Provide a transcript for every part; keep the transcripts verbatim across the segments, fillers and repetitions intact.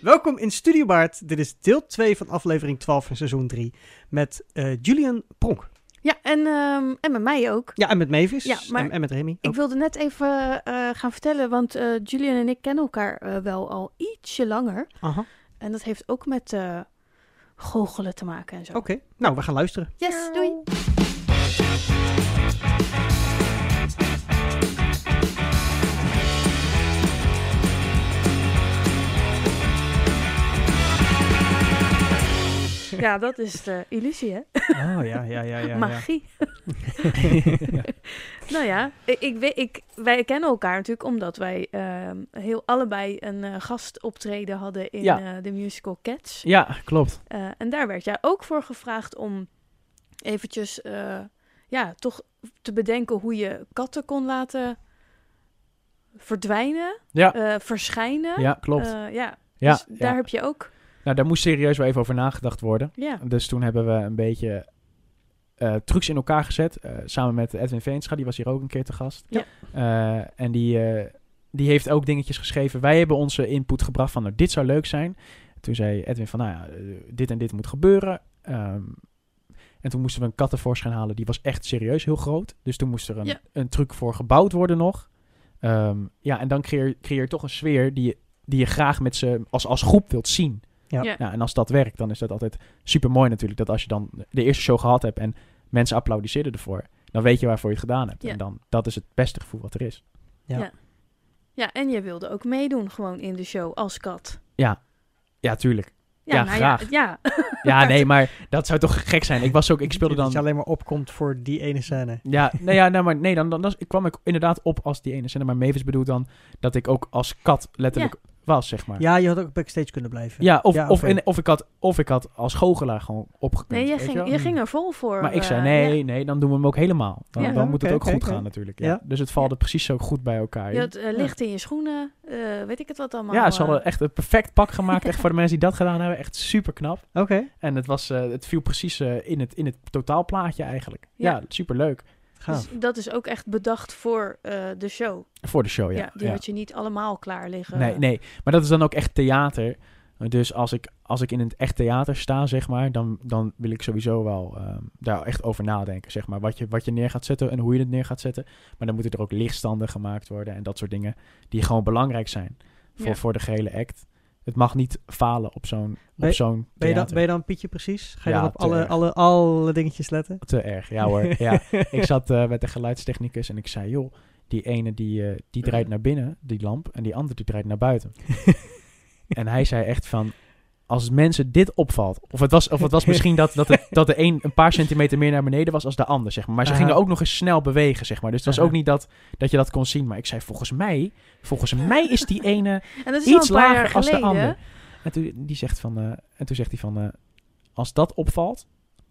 Welkom in Studio Baard. Dit is deel twee van aflevering twaalf van seizoen drie. Met uh, Julian Pronk. Ja, en, um, en met mij ook. Ja, en met Mavis. Ja, maar en, en met Remy. Ik ook. wilde net even uh, gaan vertellen, want uh, Julian en ik kennen elkaar uh, wel al ietsje langer. Aha. En dat heeft ook met uh, goochelen te maken en zo. Oké, okay. Nou, we gaan luisteren. Yes, doei. Ja, dat is de illusie, hè? Oh, ja, ja, ja. ja Magie. Ja. Nou ja, ik, ik, ik, wij kennen elkaar natuurlijk omdat wij uh, heel allebei een uh, gastoptreden hadden in ja. uh, de musical Cats. Ja, klopt. Uh, en daar werd jij ook voor gevraagd om eventjes, uh, ja, toch te bedenken hoe je katten kon laten verdwijnen, ja. uh, verschijnen. Ja, klopt. Uh, ja, ja, dus daar ja. heb je ook... Nou, daar moest serieus wel even over nagedacht worden. Ja. Dus toen hebben we een beetje uh, trucs in elkaar gezet. Uh, samen met Edwin Veenstra, die was hier ook een keer te gast. Ja. Uh, en die, uh, die heeft ook dingetjes geschreven. Wij hebben onze input gebracht van, nou, dit zou leuk zijn. Toen zei Edwin van, nou ja, uh, dit en dit moet gebeuren. Um, en toen moesten we een kat tevoorschijn halen. Die was echt serieus heel groot. Dus toen moest er een, ja. een truc voor gebouwd worden nog. Um, ja, en dan creëer, creëer je toch een sfeer die je, die je graag met ze als, als groep wilt zien. Ja. Ja. Ja, en als dat werkt, dan is dat altijd super mooi natuurlijk. Dat als je dan de eerste show gehad hebt en mensen applaudisseerden ervoor, dan weet je waarvoor je het gedaan hebt. Ja. En dan, dat is het beste gevoel wat er is. Ja. Ja. Ja, en je wilde ook meedoen gewoon in de show als kat. Ja, ja, tuurlijk. Ja, Ja, nou graag. Ja, ja. Ja, nee, maar dat zou toch gek zijn. Ik was ook, ik speelde dan... Dat je alleen maar opkomt voor die ene scène. Ja, nee, ja, nou, maar nee, dan, dan, dan ik kwam ik inderdaad op als die ene scène. Maar Mavis bedoelt dan dat ik ook als kat letterlijk Ja. was, zeg maar. Ja, je had ook backstage kunnen blijven. Ja, of, ja, of, okay. in, of, ik had, of ik had als goochelaar gewoon opgekund. Nee, je weet ging, je, wel? je ging er vol voor. Maar ik zei, uh, nee, ja. nee, dan doen we hem ook helemaal. Dan, Ja. dan Ja, moet okay, het ook okay, goed okay. gaan natuurlijk. Ja. Ja. Dus het valde Ja. precies zo goed bij elkaar. Je had uh, licht in je schoenen, uh, weet ik het wat allemaal. Ja, ze uh, hadden echt een perfect pak gemaakt. Echt voor de mensen die dat gedaan hebben. Echt super knap. Oké. Okay. En het, was, uh, het viel precies uh, in, het, in het totaalplaatje eigenlijk. Ja, Ja. super leuk. Dus dat is ook echt bedacht voor uh, de show. Voor de show, ja. Ja, die ja. had je niet allemaal klaar liggen. Nee, nee, maar dat is dan ook echt theater. Dus als ik, als ik in het echt theater sta, zeg maar, dan, dan wil ik sowieso wel um, daar echt over nadenken, zeg maar. Wat je, wat je neer gaat zetten en hoe je het neer gaat zetten. Maar dan moeten er ook lichtstanden gemaakt worden en dat soort dingen die gewoon belangrijk zijn voor, Ja. voor de gehele act. Het mag niet falen op zo'n, Ben- op zo'n Ben je, dan, theater. ben je dan Pietje precies? Ga je Ja, dan op te alle, erg. alle, alle dingetjes letten? Te erg, ja hoor. Ja. Ik zat uh, met de geluidstechnicus en ik zei, joh, die ene die, uh, die draait naar binnen, die lamp, en die andere die draait naar buiten. En hij zei echt van, als mensen dit opvalt, of het was, of het was misschien dat, dat, het, dat de een een paar centimeter meer naar beneden was als de ander, zeg maar. Maar ze Aha. gingen ook nog eens snel bewegen, zeg maar. Dus het was Aha. ook niet dat, dat je dat kon zien. Maar ik zei, volgens mij, volgens mij is die ene En dat is iets al een paar lager jaar als de geleden. ander. En toen, die zegt van, uh, en toen zegt hij van, uh, als dat opvalt,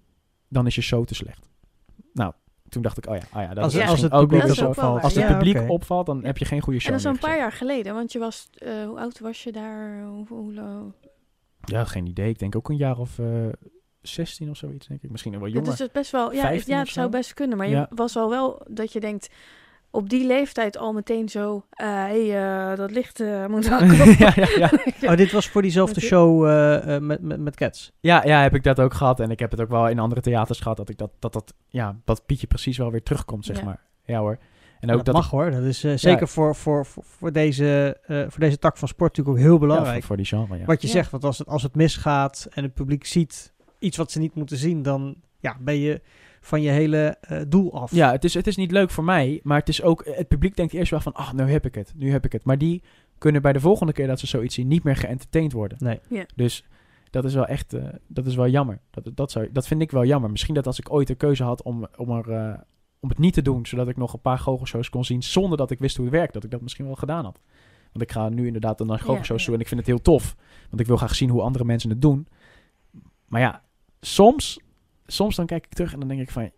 dan is je show te slecht. Nou, toen dacht ik, oh ja, oh ja dat Als, is Ja. als het ook publiek weer Dat is zo. ook wel waar. Als het Ja, publiek oké. opvalt, dan heb je geen goede show En dat is al een paar neergezet. jaar geleden, want je was, uh, hoe oud was je daar? Hoe, hoe, hoe, Ja, geen idee. Ik denk ook een jaar of uh, zestien of zoiets, denk ik. Misschien nog wel ja, jonger. dus het best wel, ja, vijftien ja of het zou zo. best kunnen, maar Ja. je was al wel dat je denkt, op die leeftijd al meteen zo, uh, hey, uh, dat licht uh, moet wel kloppen. ja, ja, ja. Oh, dit was voor diezelfde Met- show uh, uh, met, met, met Cats. ja, ja, heb ik dat ook gehad. En ik heb het ook wel in andere theaters gehad. Dat ik dat, dat, dat ja, dat Pietje precies wel weer terugkomt, zeg Ja. maar. Ja hoor. En Dat, ook dat, mag hoor. Dat is uh, zeker Ja. voor, voor, voor, voor, deze, uh, voor deze tak van sport natuurlijk ook heel ja, belangrijk. voor, voor die genre, ja. Wat je Ja. zegt, want als het, als het misgaat en het publiek ziet iets wat ze niet moeten zien, dan ja, ben je van je hele uh, doel af. Ja, het is, het is niet leuk voor mij, maar het is ook... Het publiek denkt eerst wel van, ah, nu heb ik het, nu heb ik het. Maar die kunnen bij de volgende keer dat ze zoiets zien niet meer geëntertained worden. Nee. Dus dat is wel echt, uh, dat is wel jammer. Dat, dat, zou, dat vind ik wel jammer. Misschien dat als ik ooit de keuze had om, om, er, uh, om het niet te doen, zodat ik nog een paar goochelshows kon zien zonder dat ik wist hoe het werkt, dat ik dat misschien wel gedaan had. Want ik ga nu inderdaad dan naar goochelshows Ja, toe ja. en ik vind het heel tof. Want ik wil graag zien hoe andere mensen het doen. Maar ja, soms, soms dan kijk ik terug en dan denk ik van,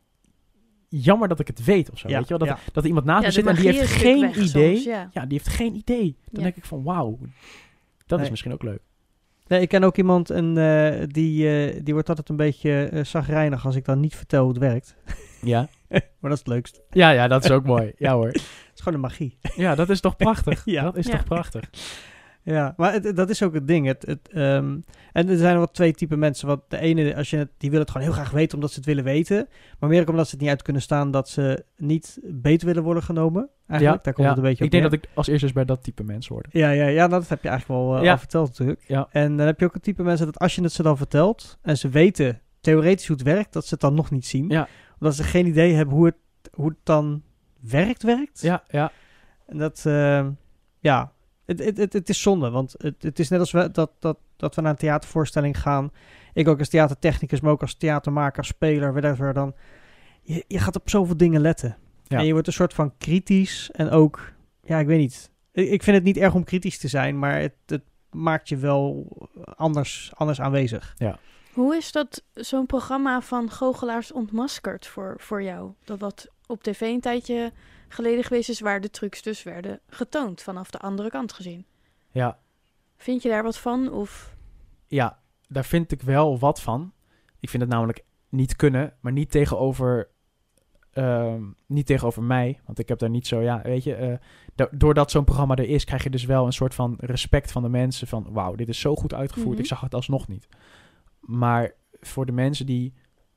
jammer dat ik het weet of zo. Ja, Weet je wel? Dat, ja. dat er iemand naast Ja, me de zit en die magie heeft is geen natuurlijk weg idee. soms, ja. Ja, die heeft geen idee. Dan Ja. denk ik van, wauw, dat Nee. is misschien ook leuk. Nee, ik ken ook iemand en uh, die, uh, die wordt altijd een beetje uh, chagrijnig als ik dan niet vertel hoe het werkt. Ja, Maar dat is het leukst. ja, ja, dat is ook mooi. Ja hoor. Het is gewoon een magie. Ja, dat is toch prachtig? Ja. Dat is Ja. toch prachtig? Ja, maar het, dat is ook het ding. Het, het, um, en er zijn wat twee typen mensen. Want de ene, als je het, die wil het gewoon heel graag weten omdat ze het willen weten. Maar meer ook omdat ze het niet uit kunnen staan dat ze niet beter willen worden genomen. Eigenlijk, ja, daar komt ja. het een beetje Ik denk neer. dat ik als eerste dus bij dat type mens hoorde. Ja, ja, ja, dat heb je eigenlijk wel uh, ja. al verteld natuurlijk. Ja. En dan heb je ook een type mensen dat als je het ze dan vertelt en ze weten theoretisch hoe het werkt, dat ze het dan nog niet zien. Ja. Omdat ze geen idee hebben hoe het, hoe het dan werkt, werkt. Ja, ja. En dat, uh, ja, het, het, het, het is zonde, want het, het is net als we, dat, dat, dat we naar een theatervoorstelling gaan. Ik ook als theatertechnicus, maar ook als theatermaker, speler, whatever. Dan, je, je gaat op zoveel dingen letten. Ja. En je wordt een soort van kritisch en ook, ja, ik weet niet. Ik, ik vind het niet erg om kritisch te zijn, maar het, het maakt je wel anders, anders aanwezig. Ja. Hoe is dat, zo'n programma van Goochelaars Ontmaskerd voor, voor jou? Dat wat op tv een tijdje geleden geweest is, waar de trucs dus werden getoond, vanaf de andere kant gezien. Ja. Vind je daar wat van? Of? Ja, daar vind ik wel wat van. Ik vind het namelijk niet kunnen, maar niet tegenover, uh, niet tegenover mij. Want ik heb daar niet zo, ja, weet je, uh, do- doordat zo'n programma er is, krijg je dus wel een soort van respect van de mensen. Van, wauw, dit is zo goed uitgevoerd. Mm-hmm. Ik zag het alsnog niet. Maar voor de mensen die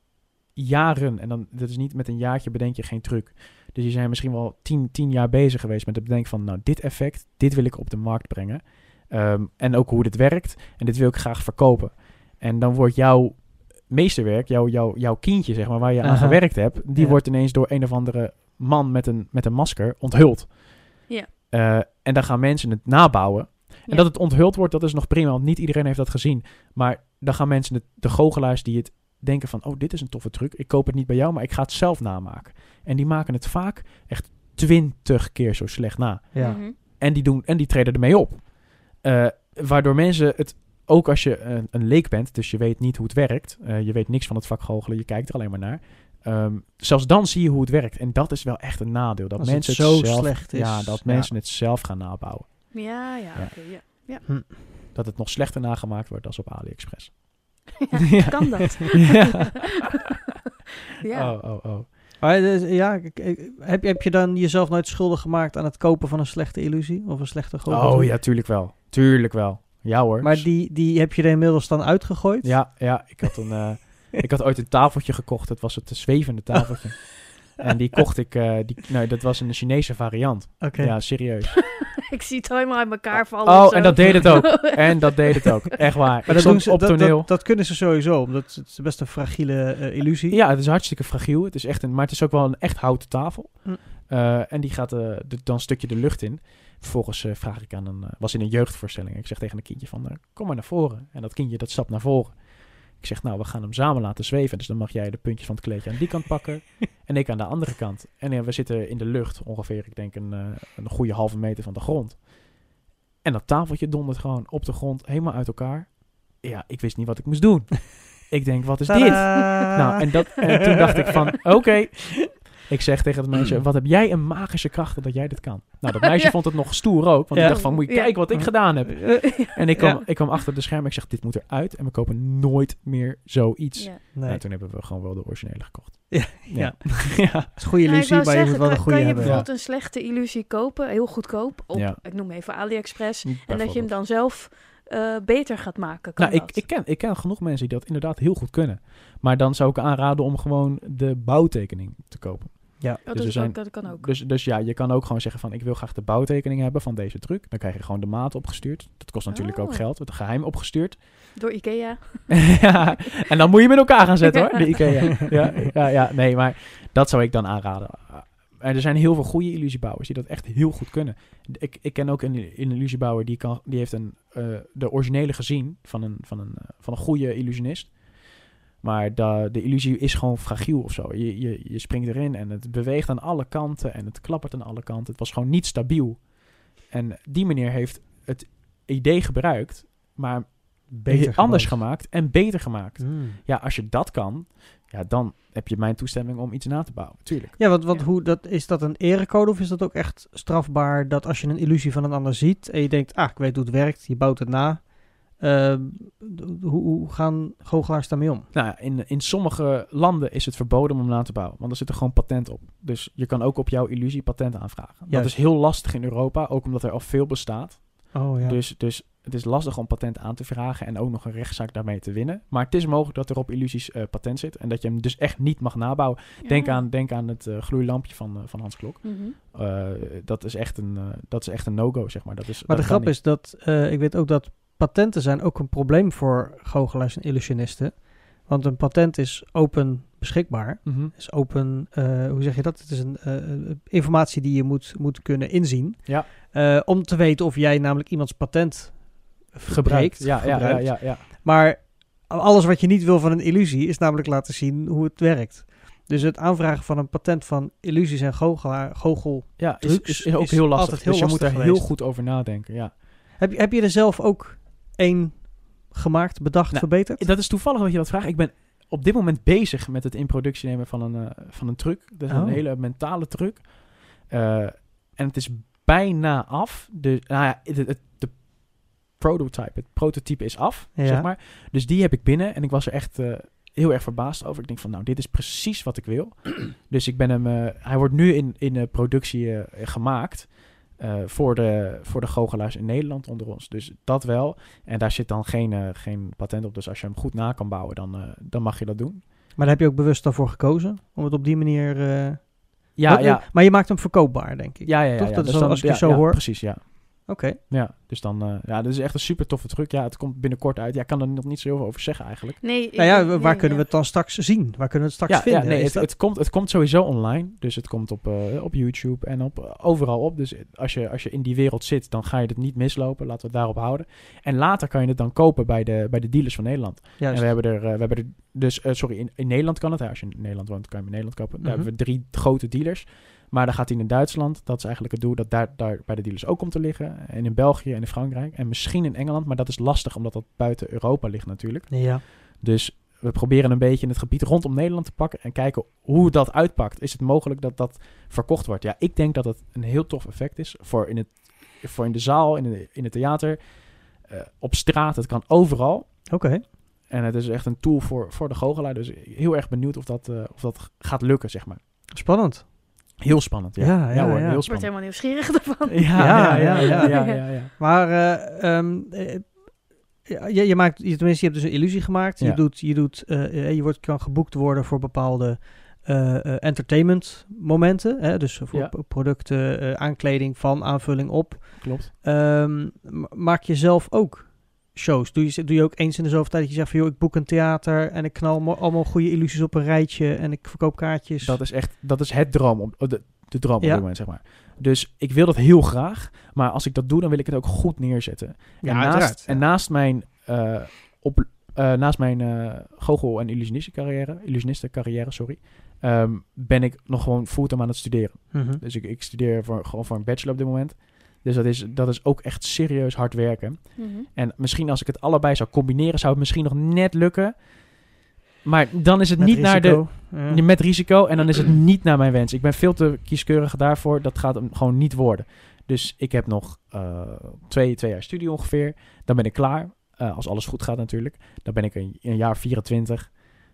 jaren, en dan, dat is niet met een jaartje bedenk je geen truc. Dus die zijn misschien wel tien, tien jaar bezig geweest met het bedenken van, nou, dit effect, dit wil ik op de markt brengen. Um, en ook hoe dit werkt. En dit wil ik graag verkopen. En dan wordt jouw meesterwerk, jouw, jouw, jouw kindje, zeg maar, waar je aan uh-huh. gewerkt hebt, die ja. wordt ineens door een of andere man met een, met een masker onthuld. Ja. Uh, en dan gaan mensen het nabouwen. En ja. dat het onthuld wordt, dat is nog prima, want niet iedereen heeft dat gezien. Maar dan gaan mensen, het, de goochelaars die het denken van, oh, dit is een toffe truc. Ik koop het niet bij jou, maar ik ga het zelf namaken. En die maken het vaak echt twintig keer zo slecht na. Ja. Mm-hmm. En, die doen, en die treden ermee op. Uh, waardoor mensen het, ook als je een, een leek bent, dus je weet niet hoe het werkt, uh, je weet niks van het vak goochelen, je kijkt er alleen maar naar. Um, zelfs dan zie je hoe het werkt. En dat is wel echt een nadeel. Dat als mensen het zo het zelf, slecht is. Ja, dat ja. mensen het zelf gaan nabouwen. Ja, ja, ja. okay, ja. ja. Hm. Dat het nog slechter nagemaakt wordt als op AliExpress. Ja, ja. Kan dat? ja. ja. Oh, oh, oh. Maar, ja, heb, heb je dan jezelf nooit schuldig gemaakt aan het kopen van een slechte illusie? Of een slechte goochel? Oh ja, tuurlijk wel. Tuurlijk wel. Ja hoor. Maar die, die heb je er inmiddels dan uitgegooid? Ja, ja. Ik had, een, uh, ik had ooit een tafeltje gekocht. Het was het zwevende tafeltje. En die kocht ik, uh, die, nou, dat was een Chinese variant. Okay. Ja, serieus. Ik zie het helemaal uit elkaar vallen. Oh, en dat deed het ook. En dat deed het ook. Echt waar. Maar dat, doen ze, op dat, toneel. dat, dat kunnen ze sowieso, omdat het is best een fragiele uh, illusie. Ja, het is hartstikke fragiel. Het is echt een, maar het is ook wel een echt houten tafel. Hm. Uh, en die gaat uh, de, dan een stukje de lucht in. Vervolgens uh, vraag ik aan een, uh, was in een jeugdvoorstelling. Ik zeg tegen een kindje van, uh, kom maar naar voren. En dat kindje dat stapt naar voren. Ik zeg, nou, we gaan hem samen laten zweven. Dus dan mag jij de puntjes van het kleedje aan die kant pakken. En ik aan de andere kant. En uh, we zitten in de lucht, ongeveer, ik denk een, uh, een goede halve meter van de grond. En dat tafeltje dondert gewoon op de grond, helemaal uit elkaar. Ja, ik wist niet wat ik moest doen. Ik denk, wat is Tadaa! dit? Nou, en, dat, en toen dacht ik van, oké. Okay. Ik zeg tegen het meisje, wat heb jij een magische krachten dat jij dit kan? Nou, dat meisje ja. vond het nog stoer ook. Want ja. ik dacht van, moet je kijken wat ik gedaan heb. En ik kwam, ja. ik kwam achter de schermen. Ik zeg, dit moet eruit. En we kopen nooit meer zoiets. Ja. Nee. Nou, toen hebben we gewoon wel de originele gekocht. Ja, ja. ja. ja. Het is een goede illusie, nou, maar zeggen, je moet wel kan, een goede kan je hebben. bijvoorbeeld Ja. een slechte illusie kopen, heel goedkoop, op, Ja. ik noem even AliExpress, en dat je hem Bijvoorbeeld. dan zelf uh, beter gaat maken? Kan Nou, ik, dat? ik, ken, ik ken genoeg mensen die dat inderdaad heel goed kunnen. Maar dan zou ik aanraden om gewoon de bouwtekening te kopen. Ja. Oh, dus dat, er zijn, ook, dat kan ook. Dus, dus ja, je kan ook gewoon zeggen van, ik wil graag de bouwtekening hebben van deze truc. Dan krijg je gewoon de maat opgestuurd. Dat kost natuurlijk Oh. ook geld. Het geheim opgestuurd. Door Ikea. Ja, en dan moet je met elkaar gaan zetten hoor, de Ikea. Ja, ja, ja, nee, maar dat zou ik dan aanraden. En er zijn heel veel goede illusiebouwers die dat echt heel goed kunnen. Ik, ik ken ook een, een illusiebouwer die, kan, die heeft een, uh, de originele gezien van een, van, een, uh, van een goede illusionist. Maar de, de illusie is gewoon fragiel of zo. Je, je, je springt erin en het beweegt aan alle kanten en het klappert aan alle kanten. Het was gewoon niet stabiel. En die meneer heeft het idee gebruikt, maar Beter anders gemaakt. gemaakt en beter gemaakt. Mm. Ja, als je dat kan, ja, dan heb je mijn toestemming om iets na te bouwen. Tuurlijk. Ja, want, want Ja. hoe, dat, is dat een erecode of is dat ook echt strafbaar dat als je een illusie van een ander ziet en je denkt, ah, ik weet hoe het werkt, je bouwt het na. Uh, hoe, hoe gaan goochelaars daarmee om? Nou, in, in sommige landen is het verboden om hem na te bouwen, want er zit er gewoon patent op. Dus je kan ook op jouw illusie patent aanvragen. Dat Juist. is heel lastig in Europa, ook omdat er al veel bestaat. Oh ja. Dus, dus het is lastig om patent aan te vragen en ook nog een rechtszaak daarmee te winnen. Maar het is mogelijk dat er op illusies uh, patent zit en dat je hem dus echt niet mag nabouwen. Ja. Denk, aan, denk aan het uh, gloeilampje van, uh, van Hans Klok. Mm-hmm. Uh, dat is echt een, uh, dat is echt een no-go, zeg maar. Dat is, maar dat de grap niet. is dat, uh, ik weet ook dat patenten zijn ook een probleem voor goochelaars en illusionisten. Want een patent is open beschikbaar. Mm-hmm. Is open, uh, hoe zeg je dat? Het is een uh, informatie die je moet, moet kunnen inzien. Ja. Uh, om te weten of jij namelijk iemands patent gebruikt. Ja, gebruikt. Ja, ja, ja, ja. Maar alles wat je niet wil van een illusie is namelijk laten zien hoe het werkt. Dus het aanvragen van een patent van illusies en goochelaar, goochel ja, is, is, is ook is heel lastig. Heel dus je lastig moet er geweest. heel goed over nadenken. Ja. Heb, heb je er zelf ook één gemaakt, bedacht, nou, verbeterd? Dat is toevallig dat je dat vraagt. Ik ben op dit moment bezig met het in productie nemen van een, uh, van een truc. Dat is oh. een hele mentale truc. Uh, en het is bijna af. De, nou ja, het, het, de prototype, het prototype is af, ja. zeg maar. Dus die heb ik binnen en ik was er echt uh, heel erg verbaasd over. Ik denk van, nou, dit is precies wat ik wil. Dus ik ben hem, uh, hij wordt nu in, in uh, productie uh, gemaakt. Uh, voor, de, voor de goochelaars in Nederland onder ons. Dus dat wel. En daar zit dan geen, uh, geen patent op. Dus als je hem goed na kan bouwen, dan, uh, dan mag je dat doen. Maar daar heb je ook bewust daarvoor gekozen? Om het op die manier... Uh... Ja, Wat, ja. Maar je maakt hem verkoopbaar, denk ik. Ja, ja, ja. Toch? ja. Dat dus is dan, als ik ja, je zo ja, hoor. Precies, ja. Oké. Okay. Ja, dus dan... Uh, ja, dat is echt een super toffe truc. Ja, het komt binnenkort uit. Ja, ik kan er nog niet zo heel veel over zeggen eigenlijk. Nee. Ik, nou ja, waar nee, kunnen ja. we het dan straks zien? Waar kunnen we het straks ja, vinden? Ja, nee, het, dat... het, komt, het komt sowieso online. Dus het komt op, uh, op YouTube en op, uh, overal op. Dus als je, als je in die wereld zit, dan ga je het niet mislopen. Laten we het daarop houden. En later kan je het dan kopen bij de, bij de dealers van Nederland. Juist. En we hebben er... Uh, we hebben er dus, uh, sorry, in, in Nederland kan het. Hè, als je in Nederland woont, kan je hem in Nederland kopen. Daar mm-hmm. hebben we drie grote dealers. Maar dan gaat hij in Duitsland. Dat is eigenlijk het doel dat daar, daar bij de dealers ook komt te liggen. En in België en in Frankrijk. En misschien in Engeland. Maar dat is lastig omdat dat buiten Europa ligt natuurlijk. Ja. Dus we proberen een beetje in het gebied rondom Nederland te pakken. En kijken hoe dat uitpakt. Is het mogelijk dat dat verkocht wordt? Ja, ik denk dat het een heel tof effect is. Voor in, het, voor in de zaal, in, de, in het theater. Uh, op straat. Het kan overal. Oké. Okay. En het is echt een tool voor, voor de goochelaar. Dus heel erg benieuwd of dat, uh, of dat gaat lukken, zeg maar. Spannend. Heel spannend, ja. Ja, ja, ja, hoor, ja. heel spannend. Ik word helemaal nieuwsgierig ervan. Ja, ja, ja. ja, ja, ja, ja, ja. Maar uh, um, uh, je, je maakt, je, tenminste, je hebt dus een illusie gemaakt. Ja. Je doet, je doet, uh, je wordt, kan geboekt worden voor bepaalde uh, uh, entertainment momenten. Hè? Dus voor ja. producten, uh, aankleding van, aanvulling op. Klopt. Um, maak je zelf ook shows? Doe je, doe je ook eens in de zoveel tijd dat je zegt van, joh, ik boek een theater en ik knal mo- allemaal goede illusies op een rijtje en ik verkoop kaartjes? Dat is echt, dat is het droom, op, de, de droom op ja. dit moment, zeg maar. Dus ik wil dat heel graag, maar als ik dat doe, dan wil ik het ook goed neerzetten. Ja, en, naast, uiteraard, ja. en naast mijn, uh, op, uh, naast mijn uh, goochel- en illusionistencarrière, illusionistencarrière, sorry, um, ben ik nog gewoon fulltime aan het studeren. Mm-hmm. Dus ik, ik studeer voor, gewoon voor een bachelor op dit moment. Dus dat is, dat is ook echt serieus hard werken. Mm-hmm. En misschien als ik het allebei zou combineren, zou het misschien nog net lukken. Maar dan is het met niet risico. naar de... Ja. Met risico. En dan is het niet naar mijn wens. Ik ben veel te kieskeurig daarvoor. Dat gaat hem gewoon niet worden. Dus ik heb nog uh, twee, twee jaar studie ongeveer. Dan ben ik klaar. Uh, als alles goed gaat natuurlijk. Dan ben ik een, een jaar vierentwintig.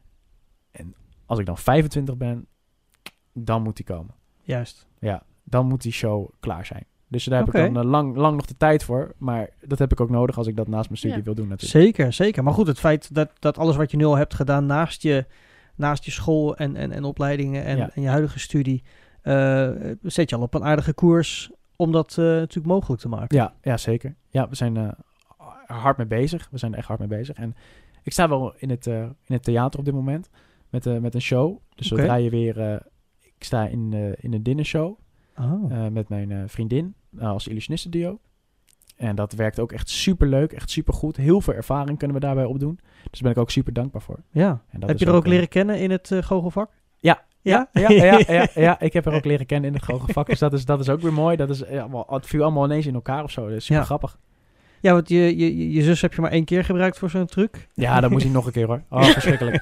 En als ik dan vijfentwintig ben, dan moet die komen. Juist. Ja, dan moet die show klaar zijn. Dus daar heb okay. ik dan uh, lang, lang nog de tijd voor. Maar dat heb ik ook nodig als ik dat naast mijn studie ja. wil doen natuurlijk. Zeker, zeker. Maar goed, het feit dat, dat alles wat je nu al hebt gedaan naast je, naast je school en, en, en opleidingen en, ja. en je huidige studie, uh, zet je al op een aardige koers om dat uh, natuurlijk mogelijk te maken. Ja, ja zeker. Ja, we zijn uh, hard mee bezig. We zijn er echt hard mee bezig. En ik sta wel in het, uh, in het theater op dit moment met, uh, met een show. Dus okay. zodra je weer... Uh, ik sta in, uh, in een dinnershow. Oh. Uh, met mijn uh, vriendin uh, als illusionistenduo. En dat werkt ook echt super leuk, echt super goed. Heel veel ervaring kunnen we daarbij opdoen. Dus daar ben ik ook super dankbaar voor. Ja. Heb je er ook, ook leren uh, kennen in het uh, goochelvak? Ja, ja, ja, ja, ja, ja, ja. Ik heb er ook leren kennen in het goochelvak. Dus dat is, dat is ook weer mooi. Dat is, ja, het viel allemaal ineens in elkaar of zo. Dat is super ja. grappig. Ja, want je, je, je zus heb je maar één keer gebruikt voor zo'n truc. Ja, dat moest ik nog een keer hoor. Oh, verschrikkelijk.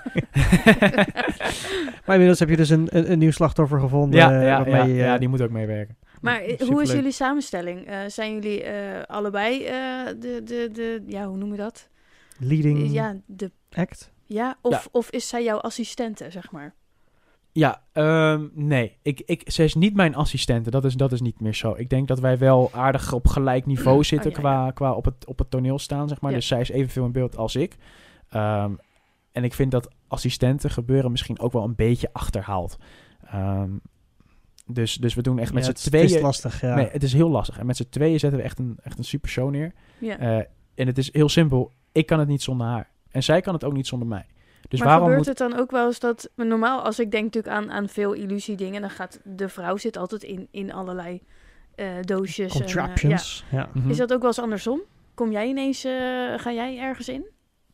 Maar inmiddels heb je dus een, een, een nieuw slachtoffer gevonden. Ja, ja, waarmee ja, je, ja, die moet ook meewerken. Maar Superleuk. Hoe is jullie samenstelling? Uh, zijn jullie uh, allebei uh, de, de, de, ja, hoe noem je dat? Leading ja, de act? Ja, of, ja. of is zij jouw assistente, zeg maar? Ja, um, nee. Ik, ik, ze is niet mijn assistente. Dat is, dat is niet meer zo. Ik denk dat wij wel aardig op gelijk niveau zitten Oh, ja, qua, ja. qua op, het, op het toneel staan, zeg maar. Ja. Dus zij is evenveel in beeld als ik. Um, en ik vind dat assistenten gebeuren misschien ook wel een beetje achterhaald. Um, dus, dus we doen echt Ja, met het, z'n tweeën... Het is lastig, ja. Nee, het is heel lastig. En met z'n tweeën zetten we echt een, echt een super show neer. Ja. Uh, en het is heel simpel. Ik kan het niet zonder haar. En zij kan het ook niet zonder mij. Dus maar waarom gebeurt moet... het dan ook wel eens dat... maar normaal, als ik denk natuurlijk aan, aan veel illusiedingen... dan gaat de vrouw zit altijd in, in allerlei uh, doosjes. Contraptions. En, uh, ja. Mm-hmm. Is dat ook wel eens andersom? Kom jij ineens... Uh, ga jij ergens in?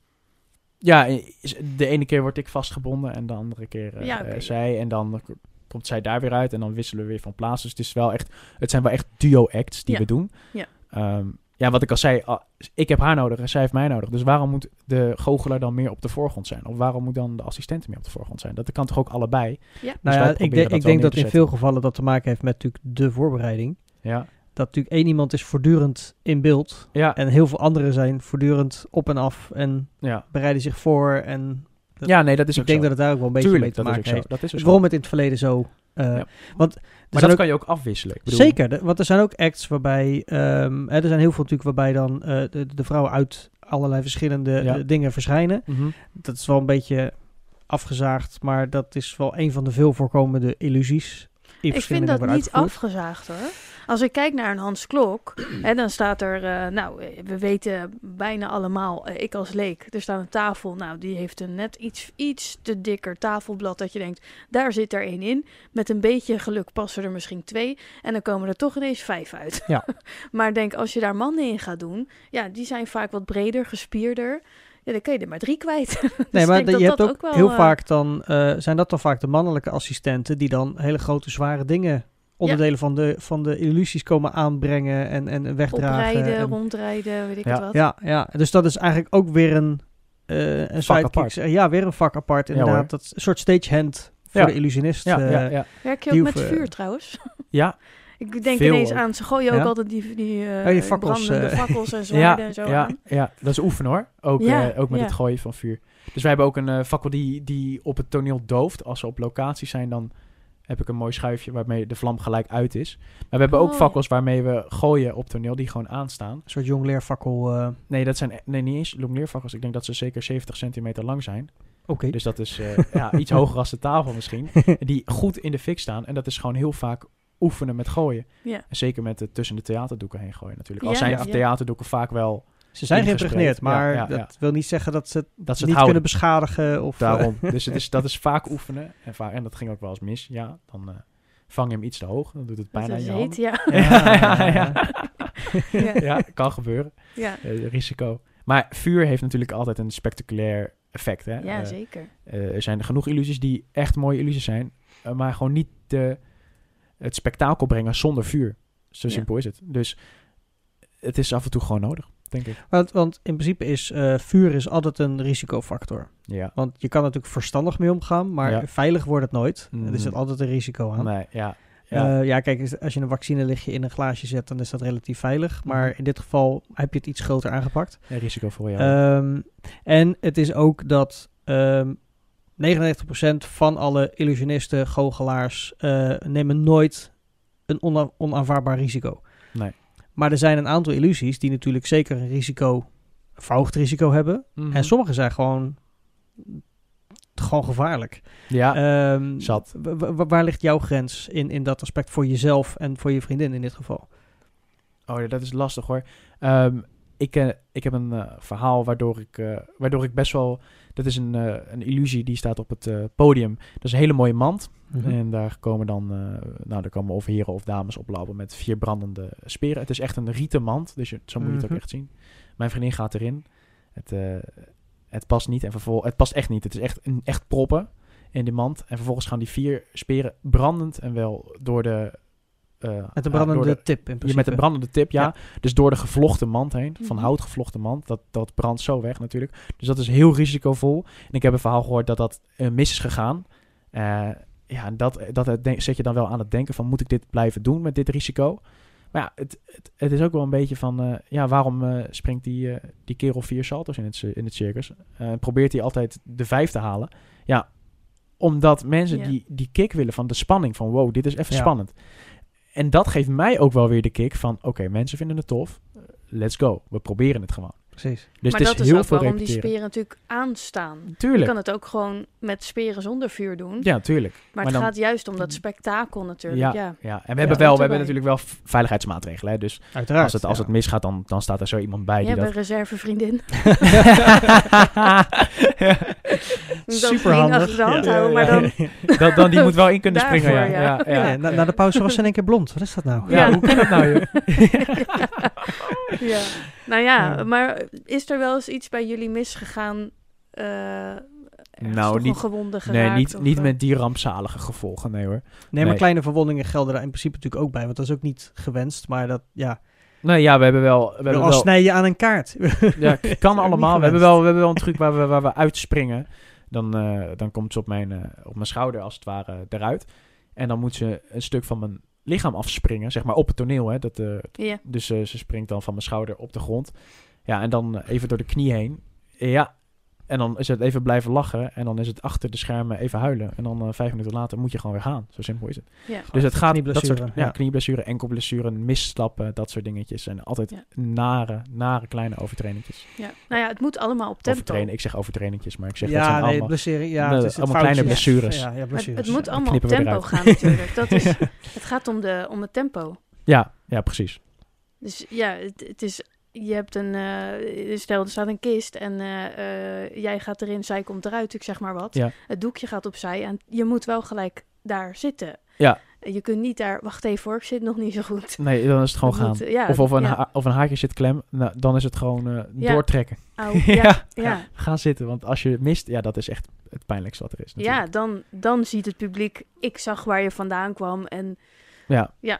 Ja, de ene keer word ik vastgebonden... en de andere keer uh, ja, okay, uh, zij. En dan komt zij daar weer uit... en dan wisselen we weer van plaats. Dus het, is wel echt, het zijn wel echt duo-acts die ja. we doen. Ja. Um, ja, wat ik al zei... Uh, ik heb haar nodig en zij heeft mij nodig. Dus waarom moet de goochelaar dan meer op de voorgrond zijn? Of waarom moet dan de assistent meer op de voorgrond zijn? Dat kan toch ook allebei? Ja. Dus nou ja, ik, de, dat ik denk dat in veel gevallen dat te maken heeft met natuurlijk de voorbereiding. Ja. Dat natuurlijk één iemand is voortdurend in beeld. Ja. En heel veel anderen zijn voortdurend op en af. En ja. bereiden zich voor. En dat, ja, nee, dat is ik ook denk zo. dat het daar ook wel een beetje Tuurlijk, mee te maken heeft. Dat is ook waarom het in het verleden zo... Uh, ja. want maar dat ook, kan je ook afwisselen. Ik bedoel, zeker, de, want er zijn ook acts waarbij... Um, hè, er zijn heel veel natuurlijk waarbij dan uh, de, de vrouwen uit allerlei verschillende ja. uh, dingen verschijnen. Mm-hmm. Dat is wel een beetje afgezaagd, maar dat is wel een van de veel voorkomende illusies. Ik vind dat niet afgezaagd hoor. Als ik kijk naar een Hans Klok, hè, dan staat er, uh, nou, we weten bijna allemaal, uh, ik als leek, er staat een tafel, nou, die heeft een net iets, iets te dikker tafelblad dat je denkt, daar zit er één in. Met een beetje geluk passen er misschien twee en dan komen er toch ineens vijf uit. Ja. Maar denk, als je daar mannen in gaat doen, ja, die zijn vaak wat breder, gespierder. Ja, dan kun je er maar drie kwijt. Dus nee, maar de, je hebt ook, ook wel, heel uh, vaak dan, uh, zijn dat dan vaak de mannelijke assistenten die dan hele grote zware dingen, onderdelen ja. van, de, van de illusies komen aanbrengen en, en wegdragen. Oprijden, en, rondrijden, weet ik ja. het wat. Ja, ja, dus dat is eigenlijk ook weer een, uh, een vak apart. Ja, weer een vak apart inderdaad. Ja, dat is een soort stagehand voor ja. de illusionist. Ja, uh, ja, ja. Werk je ook met hoeven, vuur trouwens? Ja. Ik denk Veel ineens ook. aan, ze gooien ook ja? altijd die, die, uh, oh, die fakkels, brandende uh, fakkels en zwaarden ja, en zo ja, aan. Ja, dat is oefenen hoor. Ook, ja, uh, ook met ja. het gooien van vuur. Dus wij hebben ook een uh, fakkel die, die op het toneel dooft. Als we op locatie zijn, dan heb ik een mooi schuifje waarmee de vlam gelijk uit is. Maar we hebben oh, ook fakkels waarmee we gooien op toneel die gewoon aanstaan. Een soort jongleerfakkel. Uh... Nee, dat zijn nee, niet eens jongleerfakkels. Ik denk dat ze zeker zeventig centimeter lang zijn. Oké. Okay. Dus dat is uh, ja, iets hoger als de tafel misschien. Die goed in de fik staan. En dat is gewoon heel vaak oefenen met gooien. Ja. En zeker met de, tussen de theaterdoeken heen gooien natuurlijk. Al ja, zijn ja. de theaterdoeken vaak wel... Ze zijn geïmpregneerd, maar ja, ja, ja. dat wil niet zeggen dat ze het, dat ze het niet kunnen beschadigen. Of, Daarom. Uh, dus het is, dat is vaak oefenen. En, vaak, en dat ging ook wel eens mis. Ja, dan uh, vang je hem iets te hoog. Dan doet het bijna in je hand. Ja. Ja, ja, ja. ja. ja, kan gebeuren. Ja. Uh, risico. Maar vuur heeft natuurlijk altijd een spectaculair effect. Hè? Ja, uh, zeker. Uh, er zijn genoeg illusies die echt mooie illusies zijn. Uh, maar gewoon niet de, het spektakel brengen zonder vuur. Zo ja. simpel is het. Dus het is af en toe gewoon nodig. Denk ik. Want, want in principe is uh, vuur is altijd een risicofactor. Ja. Want je kan er natuurlijk verstandig mee omgaan, maar ja. veilig wordt het nooit. Mm. Er zit altijd een risico aan. Nee, ja. Ja. Uh, ja, kijk, als je een vaccinelichtje in een glaasje zet, dan is dat relatief veilig. Maar mm. in dit geval heb je het iets groter aangepakt. Ja, risico voor jou. Um, en het is ook dat um, negenennegentig procent van alle illusionisten, goochelaars, uh, nemen nooit een ona- onaanvaardbaar risico. Nee. Maar er zijn een aantal illusies die natuurlijk zeker een risico, verhoogd risico hebben. Mm-hmm. En sommige zijn gewoon, gewoon gevaarlijk. Ja, um, zat. W- w- waar ligt jouw grens in, in dat aspect voor jezelf en voor je vriendin in dit geval? Oh, dat is lastig hoor. Um, ik, uh, ik heb een uh, verhaal waardoor ik, uh, waardoor ik best wel... Dat is een, uh, een illusie die staat op het uh, podium. Dat is een hele mooie mand. Mm-hmm. En daar komen dan... Uh, nou, daar komen of heren of dames oplopen met vier brandende speren. Het is echt een rieten mand. Dus je, zo moet je het mm-hmm. ook echt zien. Mijn vriendin gaat erin. Het, uh, het past niet. En vervol- het past echt niet. Het is echt, een, echt proppen in die mand. En vervolgens gaan die vier speren brandend en wel door de... Uh, met een brandende uh, de, tip in principe. Ja, met een brandende tip, ja. ja. Dus door de gevlochten mand heen, van Mm-hmm. hout gevlochten mand, dat, dat brandt zo weg natuurlijk. Dus dat is heel risicovol. En ik heb een verhaal gehoord dat dat uh, mis is gegaan. Uh, ja, dat, dat denk, zet je dan wel aan het denken van, moet ik dit blijven doen met dit risico? Maar ja, het, het, het is ook wel een beetje van, uh, ja, waarom uh, springt die, uh, die kerel vier salto's in het, in het circus? Uh, probeert hij altijd de vijf te halen? Ja, Omdat mensen Ja. die, die kick willen van de spanning. Van wow, dit is even Ja. spannend. En dat geeft mij ook wel weer de kick van... Oké, okay, mensen vinden het tof. Let's go. We proberen het gewoon. Precies. Dus maar het dat is is heel ook veel waarom die repeteren. speren natuurlijk aanstaan. Je Tuurlijk. kan het ook gewoon met speren zonder vuur doen. Ja, tuurlijk. Maar, maar het dan- gaat juist om dat spektakel natuurlijk. Ja, Ja, ja. En we Ja, hebben dat wel, hoort we hebben erbij. natuurlijk wel v- veiligheidsmaatregelen. Hè? Dus Uiteraard. als het, als ja. het misgaat, dan, dan staat er zo iemand bij Je die hebt dat... een reservevriendin. Moet Super flink handig. achter de hand Ja. houden, maar dan... dan, dan die moet wel in kunnen Daarvoor, springen, ja. ja. ja, ja. Ja, na, na de pauze was ze in één keer blond. Wat is dat nou? Ja, Ja. hoe kan dat nou, joh? ja. Nou ja, Ja. maar is er wel eens iets bij jullie misgegaan? eh ergens Nou, nog niet- een gewonde Nee, geraakt? niet, of, niet eh, met die rampzalige gevolgen, nee hoor. Nee, maar Nee. kleine verwondingen gelden daar in principe natuurlijk ook bij. Want dat is ook niet gewenst. Maar dat, ja, Nee, ja, we hebben wel... We hebben al wel snij je aan een kaart. ja, k- kan ook allemaal. niet We hebben, gewenst. wel, we hebben wel een truc waar we, waar we uitspringen. Dan, eh, dan komt ze op mijn, eh, op mijn schouder als het ware eruit. En dan moet ze een stuk van mijn lichaam afspringen. Zeg maar op het toneel. Hè, dat, eh, Ja. dus eh, ze springt dan van mijn schouder op de grond. Ja, en dan eh, even door de knie heen. Ja, en dan is het even blijven lachen. En dan is het achter de schermen even huilen. En dan eh, vijf minuten later moet je gewoon weer gaan. Zo simpel is het. Ja. Dus het gaat dat knieblessure, soort ja, ja. knieblessure, enkelblessure, misstappen, dat soort dingetjes. En altijd Ja. nare, nare kleine overtrainingjes. Ja. Nou ja, het moet allemaal op tempo. Overtrainen, ik zeg overtrainingjes, maar ik zeg dat Ja, zijn nee, allemaal... blesseren. Ja, Nee, het is het allemaal kleine foutjes. blessures. Ja, ja, Maar blessures. het moet ja. allemaal op knippen we tempo eruit. gaan natuurlijk. Dat is, het gaat om, de, om het tempo. Ja, ja, precies. Dus ja, het, het is... Je hebt een... eh, stel, er staat een kist en eh, eh, jij gaat erin, zij komt eruit, ik zeg maar wat. Ja. Het doekje gaat opzij en je moet wel gelijk daar zitten. Ja. Je kunt niet daar... Wacht even hoor, ik zit nog niet zo goed. Nee, dan is het gewoon Het gaan. moet, eh, ja, Of, of, een ja. ha- of een haakje zit klem, nou, dan is het gewoon eh, Ja. doortrekken. Au, ja, Ja. ja. Ga zitten, want als je mist, ja, dat is echt het pijnlijkste wat er is. Ja, natuurlijk. dan, dan ziet het publiek... Ik zag waar je vandaan kwam en... Ja. Ja.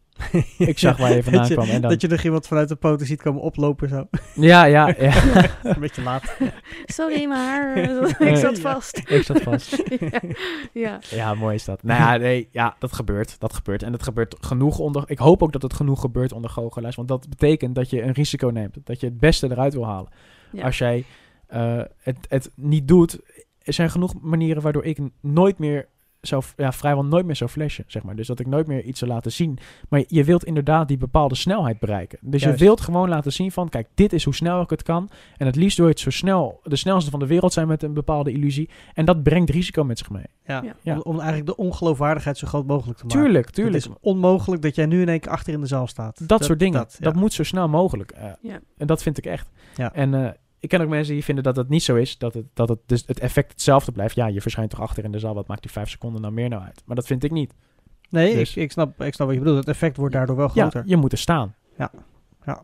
Ik zag waar je vandaan dat je, kwam. En dan... Dat je nog iemand vanuit de poten ziet komen oplopen zo. Ja, ja, ja. Een beetje laat. Sorry, mijn haar... ik Nee. zat Ja. vast. Ik zat vast. ja. ja. Ja, mooi is dat. Nou ja, nee, ja, dat gebeurt. Dat gebeurt. En dat gebeurt genoeg onder... Ik hoop ook dat het genoeg gebeurt onder goochelaars. Want dat betekent dat je een risico neemt. Dat je het beste eruit wil halen. Ja. Als jij eh, het, het niet doet... Er zijn genoeg manieren waardoor ik n- nooit meer... Zou, ja, vrijwel nooit meer zou flashen, zeg maar. Dus dat ik nooit meer iets zou laten zien. Maar je wilt inderdaad die bepaalde snelheid bereiken. Dus Juist. je wilt gewoon laten zien van... Kijk, dit is hoe snel ik het kan. En het liefst wil je het zo snel... De snelste van de wereld zijn met een bepaalde illusie. En dat brengt risico met zich mee. Ja, Ja. Ja. Om, om eigenlijk de ongeloofwaardigheid zo groot mogelijk te maken. Tuurlijk, tuurlijk. Het is onmogelijk dat jij nu in één keer achter in de zaal staat. Dat, soort dingen. Dat, ja. moet zo snel mogelijk. Uh, Ja. En dat vind ik echt. Ja. En uh, ik ken ook mensen die vinden dat dat niet zo is. Dat het, dat het, dus het effect hetzelfde blijft. Ja, je verschijnt toch achter in de zaal. Wat maakt die vijf seconden nou meer nou uit? Maar dat vind ik niet. Nee, Dus- ik, ik, snap, ik snap wat je bedoelt. Het effect wordt daardoor wel Ja, groter. je moet er staan. Oké,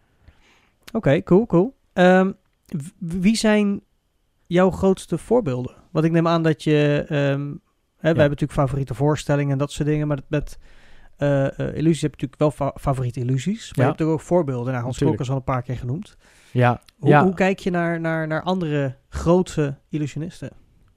okay, cool, cool. Um, w- wie zijn jouw grootste voorbeelden? Want ik neem aan dat je... Um, hè, wij hebben natuurlijk favoriete voorstellingen en dat soort dingen. Maar met uh, uh, illusies heb je natuurlijk wel fa- favoriete illusies. Maar Ja. je hebt ook voorbeelden. Nou, Hans Natuurlijk. Klok is al een paar keer genoemd. Ja, Hoe, ja. hoe kijk je naar, naar, naar andere grote illusionisten?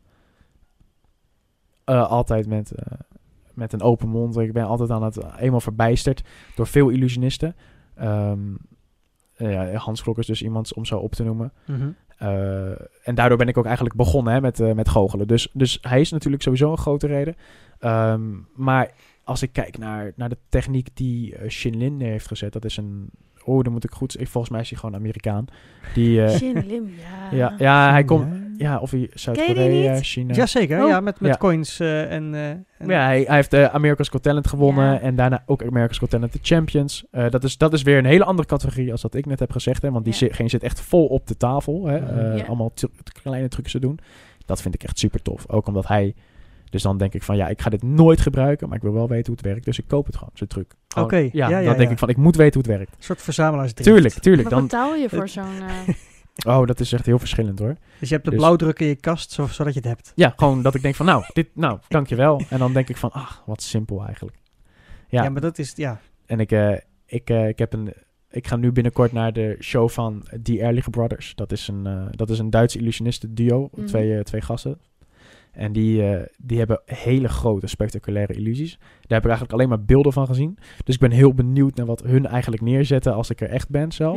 Uh, altijd met, uh, met een open mond. Ik ben altijd aan het uh, eenmaal verbijsterd door veel illusionisten. Um, uh, ja, Hans Klok is dus iemand om zo op te noemen. Mm-hmm. Uh, en daardoor ben ik ook eigenlijk begonnen hè, met, uh, met goochelen. Dus, dus hij is natuurlijk sowieso een grote reden. Um, maar als ik kijk naar, naar de techniek die uh, Shin Lin heeft gezet, dat is een... Oh, dan moet ik goed... Ik, volgens mij is hij gewoon Amerikaan. Die, uh, Shin Lim, ja. ja, ja, hij komt... Ja, of hij Ken je Zuid-Korea, die niet? China. Jazeker, Oh. ja, met, met Ja. coins uh, en... Uh, en Ja, hij, hij heeft uh, America's Got Talent gewonnen. Ja. En daarna ook America's Got Talent The Champions. Uh, dat, is, dat is weer een hele andere categorie als wat ik net heb gezegd. Hè, want die Ja. zit, geen zit echt vol op de tafel. Hè, uh, Ja. Allemaal t- kleine trucjes te doen. Dat vind ik echt super tof. Ook omdat hij... Dus dan denk ik van, ja, ik ga dit nooit gebruiken. Maar ik wil wel weten hoe het werkt. Dus ik koop het gewoon, zo'n truc. Gewoon, Oké, ja, ja, ja, dan denk ja. ik van, ik moet weten hoe het werkt. Een soort verzamelaarsdrift. Tuurlijk, tuurlijk. Wat Dan, betaal je voor zo'n... Uh... oh, dat is echt heel verschillend hoor. Dus je hebt de Dus- blauwdruk in je kast, zo, zodat je het hebt. Ja, gewoon dat ik denk van, nou, dit, nou, dankjewel. En dan denk ik van, ach, wat simpel eigenlijk. Ja, Ja, maar dat is... Ja, en ik, uh, ik, uh, ik heb een... Ik ga nu binnenkort naar de show van Die Ehrliche Brothers. Dat is een, uh, dat is een Duits illusionisten duo. Mhm. Twee, uh, twee gasten. En die, uh, die hebben hele grote, spectaculaire illusies. Daar heb ik eigenlijk alleen maar beelden van gezien. Dus ik ben heel benieuwd naar wat hun eigenlijk neerzetten als ik er echt ben zelf. ja.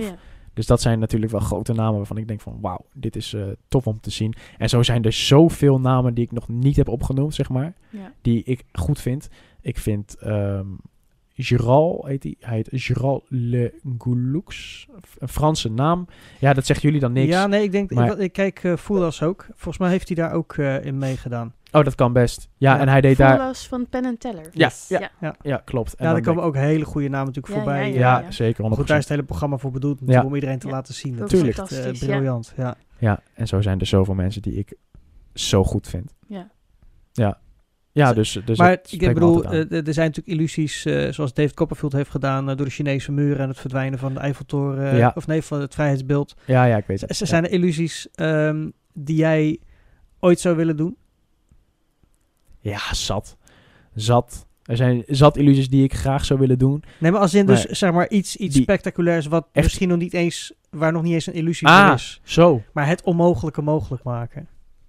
Dus dat zijn natuurlijk wel grote namen waarvan ik denk van wauw, dit is uh, tof om te zien. En zo zijn er zoveel namen die ik nog niet heb opgenoemd, zeg maar. Ja. Die ik goed vind. Ik vind um, Gérald, heet hij? Hij heet Gérald Le Goulux. Een Franse naam. Ja, dat zeggen jullie dan niks. Ja, nee, ik denk, maar, ik, ik kijk uh, Foulas ook. Volgens mij heeft hij daar ook uh, in meegedaan. Oh, dat kan best. Ja, ja. En hij deed Foulas daar... Foulas van Penn and Teller. Ja, yes. ja, ja. ja. ja klopt. En ja, daar komen ook hele goede namen natuurlijk ja, voorbij. Ja, Ja, ja, ja. zeker. honderd procent. Goed, daar is het hele programma voor bedoeld ja. om iedereen te ja. laten zien. Tuurlijk. Dat is echt uh, briljant. Ja. Ja. ja, en zo zijn er zoveel mensen die ik zo goed vind. Ja. Ja. Ja, dus, dus maar ik bedoel, bedoel, uh, er zijn natuurlijk illusies, uh, zoals David Copperfield heeft gedaan, uh, door de Chinese muren en het verdwijnen van de Eiffeltoren, uh, ja. of nee, van het Vrijheidsbeeld. Ja, ja, ik weet het. Z- zijn er illusies um, die jij ooit zou willen doen? Ja, zat. Zat. Er zijn zat illusies die ik graag zou willen doen. Nee, maar als in dus, maar zeg maar, iets, iets die, spectaculairs wat echt, misschien nog niet eens, waar nog niet eens een illusie ah, voor is. Zo. Maar het onmogelijke mogelijk maken.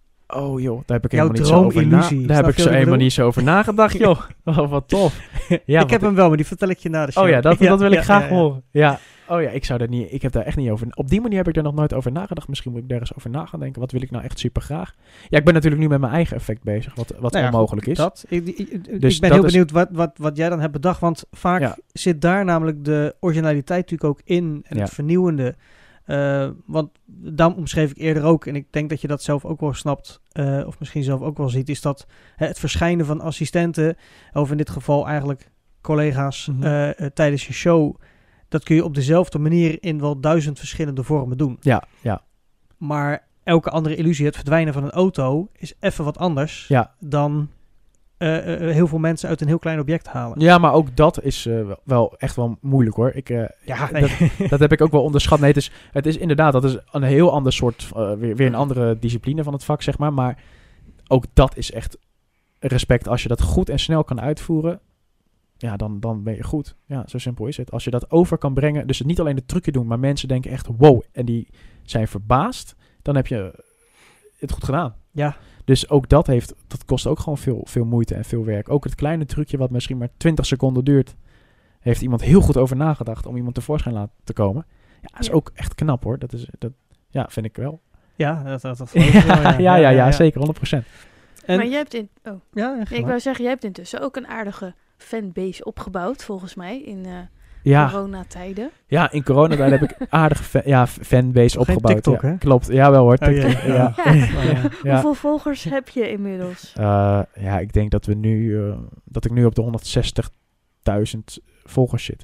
Oh joh, daar heb ik Jouw helemaal niet zo over droomillusie. na- Daar heb ik zo helemaal niet zo over nagedacht, joh. Oh, wat tof. Ja, ik heb ik, hem wel, maar die vertel ik je na de show. Oh ja, dat, ja, dat wil ik ja, graag ja, ja. horen. Ja. Oh ja, ik zou daar niet... Ik heb daar echt niet over... Op die manier heb ik er nog nooit over nagedacht. Misschien moet ik daar eens over na gaan denken. Wat wil ik nou echt super graag? Ja, ik ben natuurlijk nu met mijn eigen effect bezig. Wat, wat nou ja, onmogelijk goed, is. Dat. Ik, ik, ik, dus ik ben dat heel is, benieuwd wat, wat, wat jij dan hebt bedacht. Want vaak ja. zit daar namelijk de originaliteit natuurlijk ook in. En ja. het vernieuwende. Uh, want daarom omschreef ik eerder ook. En ik denk dat je dat zelf ook wel snapt. Uh, of misschien zelf ook wel ziet. Is dat hè, het verschijnen van assistenten. Of in dit geval eigenlijk collega's mm-hmm. uh, uh, tijdens je show. Dat kun je op dezelfde manier in wel duizend verschillende vormen doen. Ja, ja. Maar elke andere illusie, het verdwijnen van een auto, is even wat anders ja. dan uh, uh, heel veel mensen uit een heel klein object halen. Ja, maar ook dat is uh, wel echt wel moeilijk hoor. Ik, uh, ja, nee. dat, dat heb ik ook wel onderschat. Nee, het is, het is inderdaad, dat is een heel ander soort, uh, weer, weer een andere discipline van het vak, zeg maar. Maar ook dat is echt respect. Als je dat goed en snel kan uitvoeren, ja, dan, dan ben je goed. Ja, zo simpel is het. Als je dat over kan brengen, dus het niet alleen de trucje doen, maar mensen denken echt wow, en die zijn verbaasd, dan heb je het goed gedaan. Ja. Dus ook dat heeft, dat kost ook gewoon veel, veel moeite en veel werk. Ook het kleine trucje wat misschien maar twintig seconden duurt, heeft iemand heel goed over nagedacht om iemand tevoorschijn laten te komen. Ja, dat is ja. ook echt knap hoor. Dat is, dat, ja, vind ik wel. Ja, dat, dat, dat ja, wel, ja. ja, ja, ja, ja, zeker, honderd procent. En, maar jij hebt in, oh. ja, nee, ik wou zeggen, jij hebt intussen ook een aardige fanbase opgebouwd, volgens mij, in uh, ja. coronatijden. Ja, in coronatijden heb ik aardige fa- ja, fanbase Nog opgebouwd. TikTok, ja, hè? Klopt, ja wel hoor. TikTok, oh, ja. Ja. Ja. Ja. Ja. Ja. Hoeveel volgers heb je inmiddels? Uh, ja, ik denk dat we nu uh, dat ik nu op de honderdzestigduizend volgers zit.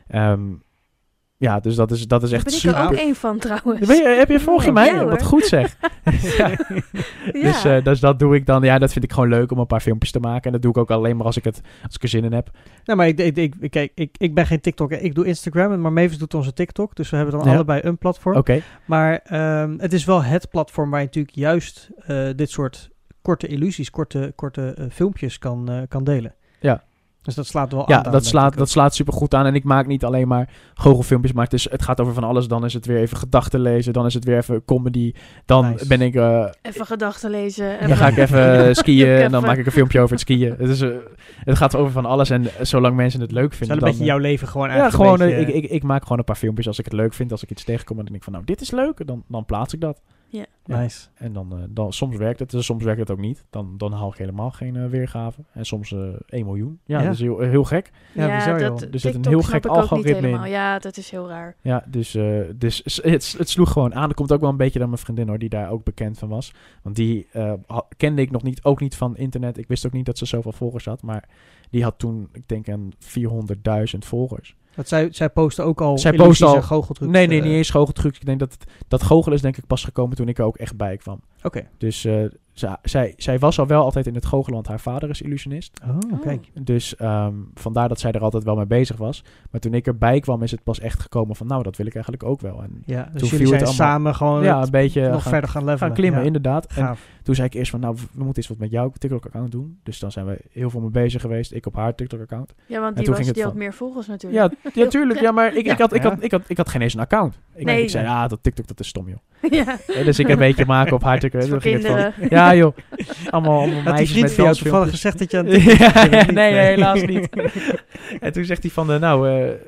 Um, ja, dus dat is, dat is echt super. Daar ben ik er ook één van trouwens. Ben je, heb je volg je mij? Ja, Wat goed zeg. ja. Ja. Dus, uh, dus dat doe ik dan. Ja, dat vind ik gewoon leuk om een paar filmpjes te maken. En dat doe ik ook alleen maar als ik, het, als ik er zin in heb. Nou, maar ik, ik, ik, kijk, ik, ik ben geen TikToker. Ik doe Instagram, maar Mavis doet onze TikTok. Dus we hebben dan ja. allebei een platform. Oké. Okay. Maar um, het is wel het platform waar je natuurlijk juist uh, dit soort korte illusies, korte, korte uh, filmpjes kan, uh, kan delen. Ja. Dus dat slaat wel ja, aan. Ja, dat slaat, dat slaat super goed aan. En ik maak niet alleen maar goochelfilmpjes, maar het, is, het gaat over van alles. Dan is het weer even gedachten lezen. Dan is het weer even comedy. Dan nice. ben ik... Uh, even gedachten lezen. Dan ga ik even skiën en dan maak ik een filmpje over het skiën. Het, is, uh, het gaat over van alles. En zolang mensen het leuk vinden... Het is een dan, beetje jouw leven gewoon ja, eigenlijk. Gewoon, beetje, uh, ik, ik, ik maak gewoon een paar filmpjes als ik het leuk vind. Als ik iets tegenkom en dan denk ik van, nou, dit is leuk. Dan, dan plaats ik dat. Ja. Ja. Nice. En dan, uh, dan soms werkt het, dus soms werkt het ook niet. Dan, dan haal ik helemaal geen uh, weergave. En soms uh, één miljoen. Ja, ja, dat is heel, heel gek. Ja, ja bizar, dat, er zit een heel gek algoritme in. Ja, dat is heel raar. Ja, dus, uh, dus het, het sloeg gewoon aan. Dat komt ook wel een beetje door mijn vriendin hoor, die daar ook bekend van was. Want die uh, ha, kende ik nog niet, ook niet van internet. Ik wist ook niet dat ze zoveel volgers had. Maar die had toen, ik denk, een vierhonderdduizend volgers. Dat zij, zij postte ook al zij post al goocheltrucs. Nee, nee, niet eens goocheltrucs. Ik denk dat het, dat goochelen is denk ik pas gekomen toen ik er ook echt bij kwam. Oké. Okay. Dus uh, zij, zij, zij was al wel altijd in het goochelen, want haar vader is illusionist. Oh, kijk. Dus um, vandaar dat zij er altijd wel mee bezig was. Maar toen ik erbij kwam is het pas echt gekomen van, nou, dat wil ik eigenlijk ook wel. En ja, dus toen jullie viel zijn het allemaal, samen gewoon ja, een beetje nog gaan, verder gaan levelen. Gaan klimmen, ja. inderdaad. Gaaf. En toen zei ik eerst van, nou, we moeten eens wat met jouw TikTok-account doen. Dus dan zijn we heel veel mee bezig geweest. Ik op haar TikTok-account. Ja, want die, was, die had van, meer volgers natuurlijk. Ja, ja tuurlijk. Ja, maar ik, ja. Ik, had, ik, had, ik, had, ik had geen eens een account. Ik, nee, ik zei, ja, ah, dat TikTok, dat is stom, joh. Ja. Ja, dus ik een beetje maken op haar TikTok. Voor kinderen. Van, ja, joh. Allemaal, allemaal had meisjes die vriend met van jou toevallig gezegd dat je aan ja, ja, nee, nee, helaas niet. En toen zegt hij van, uh, nou, uh,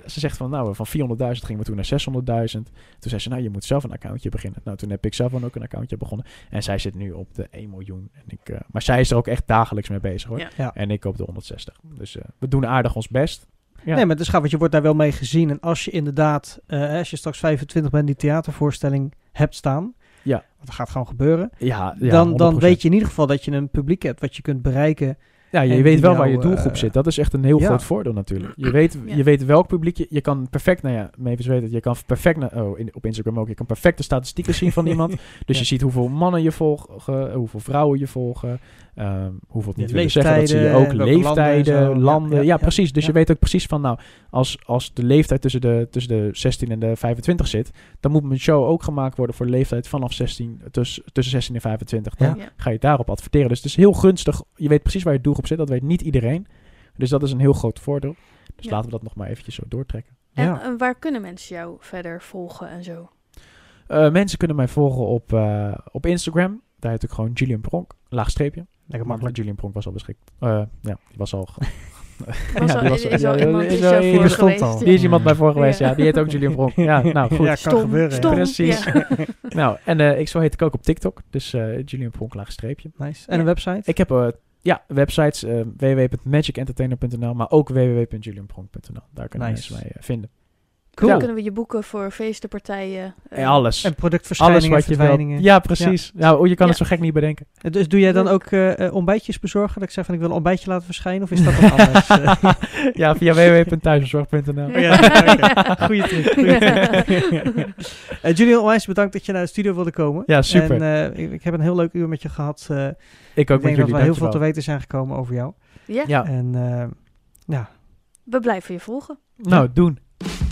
ze zegt van, nou, van vierhonderdduizend gingen we toen naar zeshonderdduizend. Toen zei ze, nou, je moet zelf een accountje beginnen. Nou, toen heb ik zelf dan ook een accountje begonnen. En zij zit nu op de één miljoen. En ik, uh, maar zij is er ook echt dagelijks mee bezig, hoor. Ja. Ja. En ik op de honderdzestig. Dus uh, we doen aardig ons best. Ja. Nee, maar het is gaaf, want je wordt daar wel mee gezien. En als je inderdaad, uh, als je straks vijfentwintig bent, die theatervoorstelling hebt staan. Ja. Want dat gaat gewoon gebeuren. Ja, ja, dan, dan weet je in ieder geval dat je een publiek hebt wat je kunt bereiken. Ja, je en weet wel jou, waar je doelgroep uh, zit. Dat is echt een heel ja. groot voordeel natuurlijk. Je weet, Ja. je weet welk publiek je... Je kan perfect, nou ja, Mavis weet het, je kan perfect... naar oh, in, op Instagram ook. Je kan perfect de statistieken zien van iemand. Dus Ja. je ziet hoeveel mannen je volgen, hoeveel vrouwen je volgen. Um, hoeveel het niet De willen zeggen. Dat zie je ook. welke Leeftijden, landen. en zo. landen. Ja, ja, ja, precies. Dus ja. je weet ook precies van, nou, als, als de leeftijd tussen de, tussen de zestien en de vijfentwintig zit, dan moet mijn show ook gemaakt worden voor de leeftijd vanaf zestien, tussen, tussen zestien en vijfentwintig. Dan Ja. ga je daarop adverteren. Dus het is heel gunstig. Je weet precies waar je doelgroep zit. Dat weet niet iedereen. Dus dat is een heel groot voordeel. Dus Ja. laten we dat nog maar eventjes zo doortrekken. En Ja. uh, waar kunnen mensen jou verder volgen en zo? Uh, mensen kunnen mij volgen op, uh, op Instagram. Daar heet ik gewoon Julian Pronk. Laagstreepje. Lekker Maar makkelijk. Julian Pronk was al beschikt. Uh, ja, die was al... Was al- die was- is al ja, iemand is die wel- zo die voor bestond geweest. al. Die is iemand bij voor geweest, Ja. ja. Die heet ook Julian Pronk. Ja, nou goed. Ja, kan Stom, gebeuren. stom. Precies. Ja. Nou, en uh, ik, zo heet ik ook op TikTok. Dus uh, Julian Pronk laagstreepje. Nice. En Ja. een website? Ik heb... Uh, ja, websites uh, w w w punt magic entertainer punt n l, maar ook w w w punt julian pronk punt n l. Daar kunnen Nice. mensen mij uh, vinden. Cool. Dan kunnen we je boeken voor feesten, partijen. En alles. En Alles productverschijningen, wat je wil. verdwijningen. Ja, precies. Ja. Nou, je kan Ja. het zo gek niet bedenken. Dus doe jij dan Leuk. ook uh, uh, ontbijtjes bezorgen? Dat ik zeg van ik wil een ontbijtje laten verschijnen? Of is dat wat anders? Uh, Ja, via w w w punt thuisbezorg punt n l. Oh ja, oké. Goeie truc. Goeie truc. uh, Julian, onwijs bedankt dat je naar de studio wilde komen. Ja, super. En uh, ik, ik heb een heel leuk uur met je gehad. Uh, Ik ook ik met denk jullie, dat we heel veel te dankjewel. weten zijn gekomen over jou. Ja, Ja, En uh, ja, we blijven je volgen. nou, doen.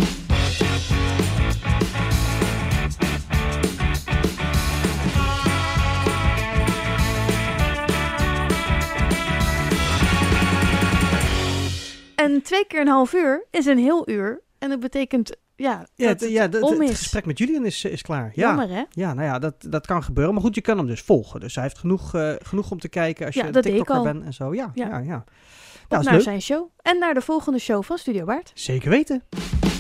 En twee keer een half uur is een heel uur. En dat betekent, ja, ja, dat het, het ja de, de- om het is. gesprek met Julian is, is klaar. Ja, Jammer, hè? ja, nou ja, dat, dat kan gebeuren. Maar goed, je kan hem dus volgen. Dus hij heeft genoeg, uh, genoeg om te kijken als Ja, je een dat deed ik TikToker al. bent en zo. Ja, ja, Ja. ja. ja. Op Nou, is naar leuk. zijn show. En naar de volgende show van Studio Baard. Zeker weten.